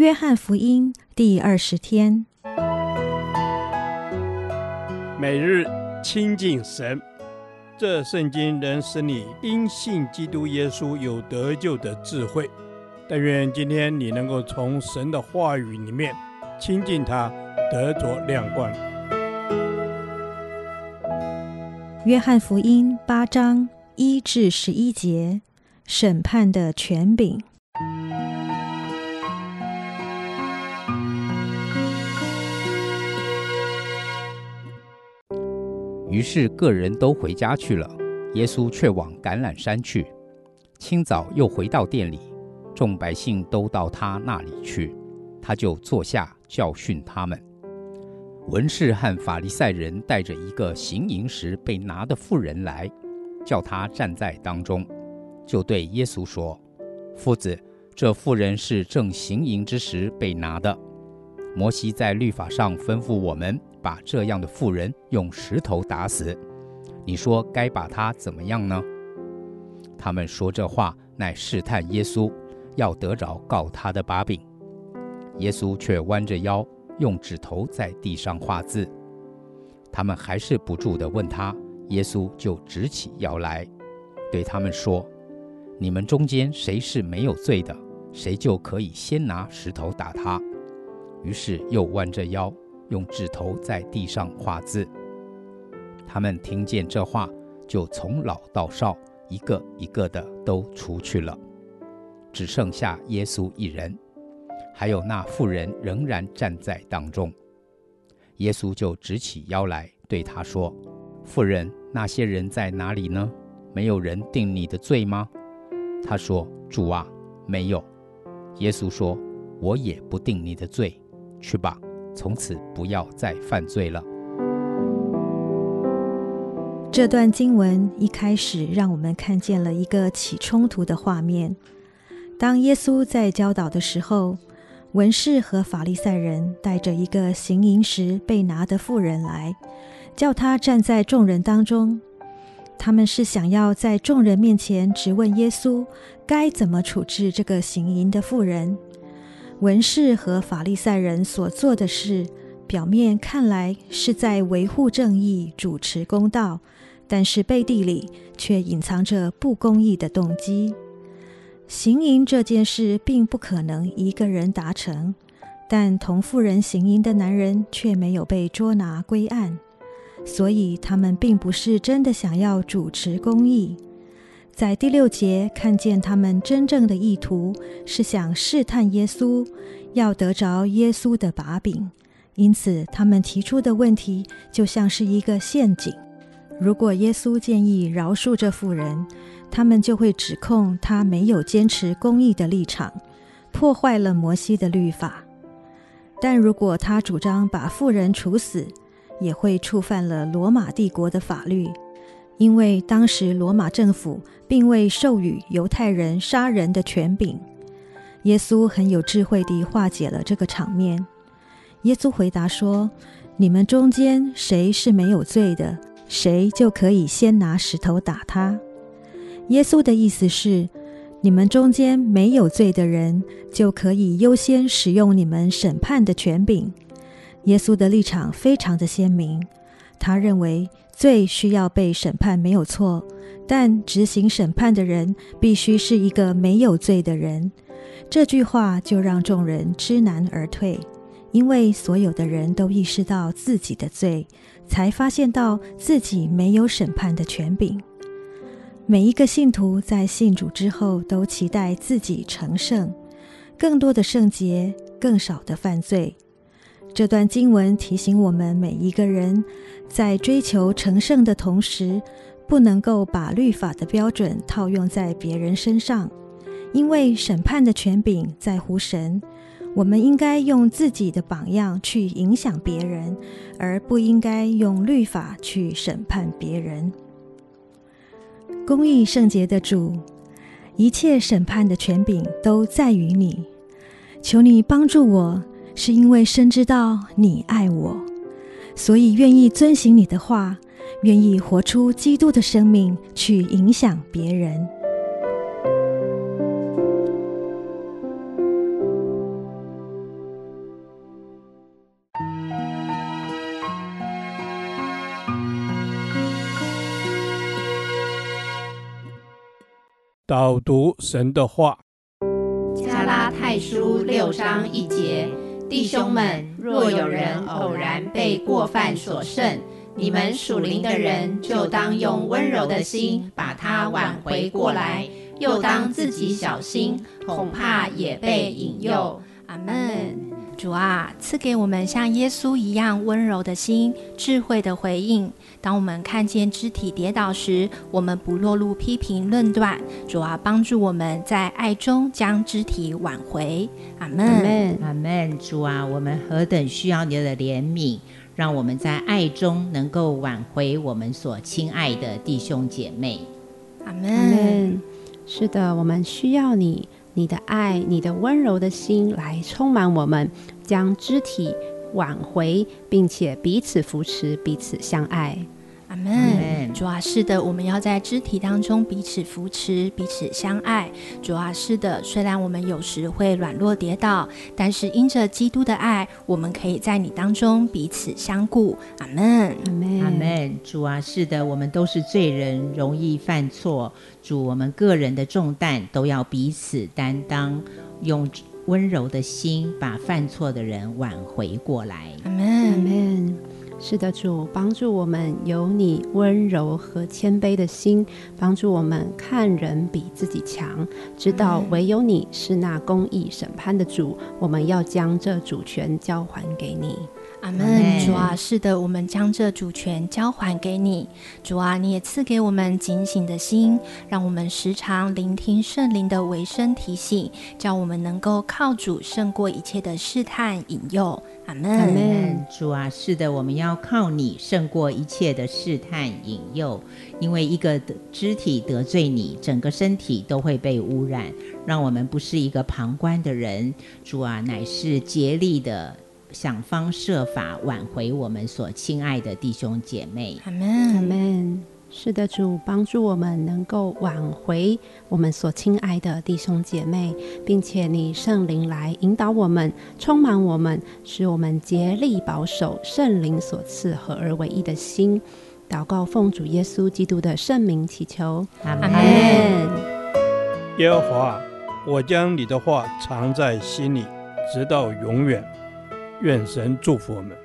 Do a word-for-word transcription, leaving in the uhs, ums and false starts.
约翰福音第二十天， 每日亲近神，这圣经能使你因信基督耶稣有得救的智慧。但愿今天你能够从神的话语里面亲近他，得着亮光。 约翰福音八章一至十一节，审判的权柄。 于是各人都回家去了，耶稣却往橄榄山去。清早又回到店里，众百姓都到他那里去，他就坐下教训他们。文士和法利赛人带着一个行淫时被拿的妇人来，叫他站在当中，就对耶稣说：夫子，这妇人是正行淫之时被拿的。摩西在律法上吩咐我们把这样的妇人用石头打死，你说该把她怎么样呢？他们说这话乃试探耶稣，要得着告他的把柄。耶稣却弯着腰，用指头在地上画字。他们还是不住地问他，耶稣就直起腰来，对他们说：你们中间谁是没有罪的，谁就可以先拿石头打他。于是又弯着腰，用指头在地上画字。他们听见这话，就从老到少，一个一个的都出去了，只剩下耶稣一人，还有那妇人仍然站在当中。耶稣就直起腰来，对他说：妇人，那些人在哪里呢？没有人定你的罪吗？他说：主啊，没有。耶稣说：我也不定你的罪，去吧，从此不要再犯罪了。 这段经文一开始让我们看见了一个起冲突的画面。当耶稣在教导的时候，文士和法利赛人带着一个行淫时被拿的妇人来，叫他站在众人当中。他们是想要在众人面前质问耶稣该怎么处置这个行淫的妇人。文士和法利赛人所做的事，表面看来是在维护正义、主持公道，但是背地里却隐藏着不公义的动机。行淫这件事并不可能一个人达成，但同妇人行淫的男人却没有被捉拿归案，所以他们并不是真的想要主持公义。在第六节看见他们真正的意图是想试探耶稣，要得着耶稣的把柄，因此他们提出的问题就像是一个陷阱。如果耶稣建议饶恕这妇人，他们就会指控他没有坚持公义的立场，破坏了摩西的律法。但如果他主张把妇人处死，也会触犯了罗马帝国的法律，因为当时罗马政府并未授予犹太人杀人的权柄。耶稣很有智慧地化解了这个场面。耶稣回答说：你们中间谁是没有罪的，谁就可以先拿石头打他。耶稣的意思是，你们中间没有罪的人就可以优先使用你们审判的权柄。耶稣的立场非常的鲜明，他认为罪需要被审判没有错，但执行审判的人必须是一个没有罪的人。这句话就让众人知难而退，因为所有的人都意识到自己的罪，才发现到自己没有审判的权柄。每一个信徒在信主之后都期待自己成圣，更多的圣洁，更少的犯罪。这段经文提醒我们每一个人在追求成圣的同时，不能够把律法的标准套用在别人身上，因为审判的权柄在乎神。我们应该用自己的榜样去影响别人，而不应该用律法去审判别人。公义圣洁的主，一切审判的权柄都在于你，求你帮助我，是因为深知道你爱我，所以愿意遵行你的话，愿意活出基督的生命，去影响别人。 导读神的话。 加拉太书六章一节，弟兄们，若有人偶然被过犯所胜，你们属灵的人就当用温柔的心把他挽回过来，又当自己小心，恐怕也被引诱。 阿们。主啊，赐给我们像耶稣一样温柔的心，智慧的回应。当我们看见肢体跌倒时，我们不落入批评论断。主啊，帮助我们在爱中将肢体挽回。阿们。 阿们。阿们。主啊，我们何等需要你的怜悯，让我们在爱中能够挽回我们所亲爱的弟兄姐妹。 阿们。 是的，我们需要你，你的爱，你的温柔的心来充满我们，将肢体挽回，并且彼此扶持，彼此相爱。 阿们。主啊，是的，我们要在肢体当中彼此扶持，彼此相爱。主啊，是的，虽然我们有时会软弱跌倒，但是因着基督的爱，我们可以在你当中彼此相顾。阿们。 阿们。 阿们。主啊，是的，我们都是罪人，容易犯错。主，我们个人的重担都要彼此担当，用温柔的心把犯错的人挽回过来。 阿们。 阿们。是的，主，帮助我们有你温柔和谦卑的心，帮助我们看人比自己强，知道唯有你是那公义审判的主，我们要将这主权交还给你。 阿们。主啊，是的，我们将这主权交还给你。主啊，你也赐给我们警醒的心，让我们时常聆听圣灵的微声提醒，叫我们能够靠主胜过一切的试探引诱。阿们。 阿们。主啊，是的，我们要靠你胜过一切的试探引诱，因为一个肢体得罪你，整个身体都会被污染，让我们不是一个旁观的人。主啊，乃是竭力的想方设法挽回我们所亲爱的弟兄姐妹。 阿们。 阿们。是的，主，帮助我们能够挽回我们所亲爱的弟兄姐妹，并且你圣灵来引导我们，充满我们，使我们竭力保守圣灵所赐合而为一的心。祷告奉主耶稣基督的圣名祈求。 阿们。 耶和华，我将你的话藏在心里，直到永远。愿神祝福我们。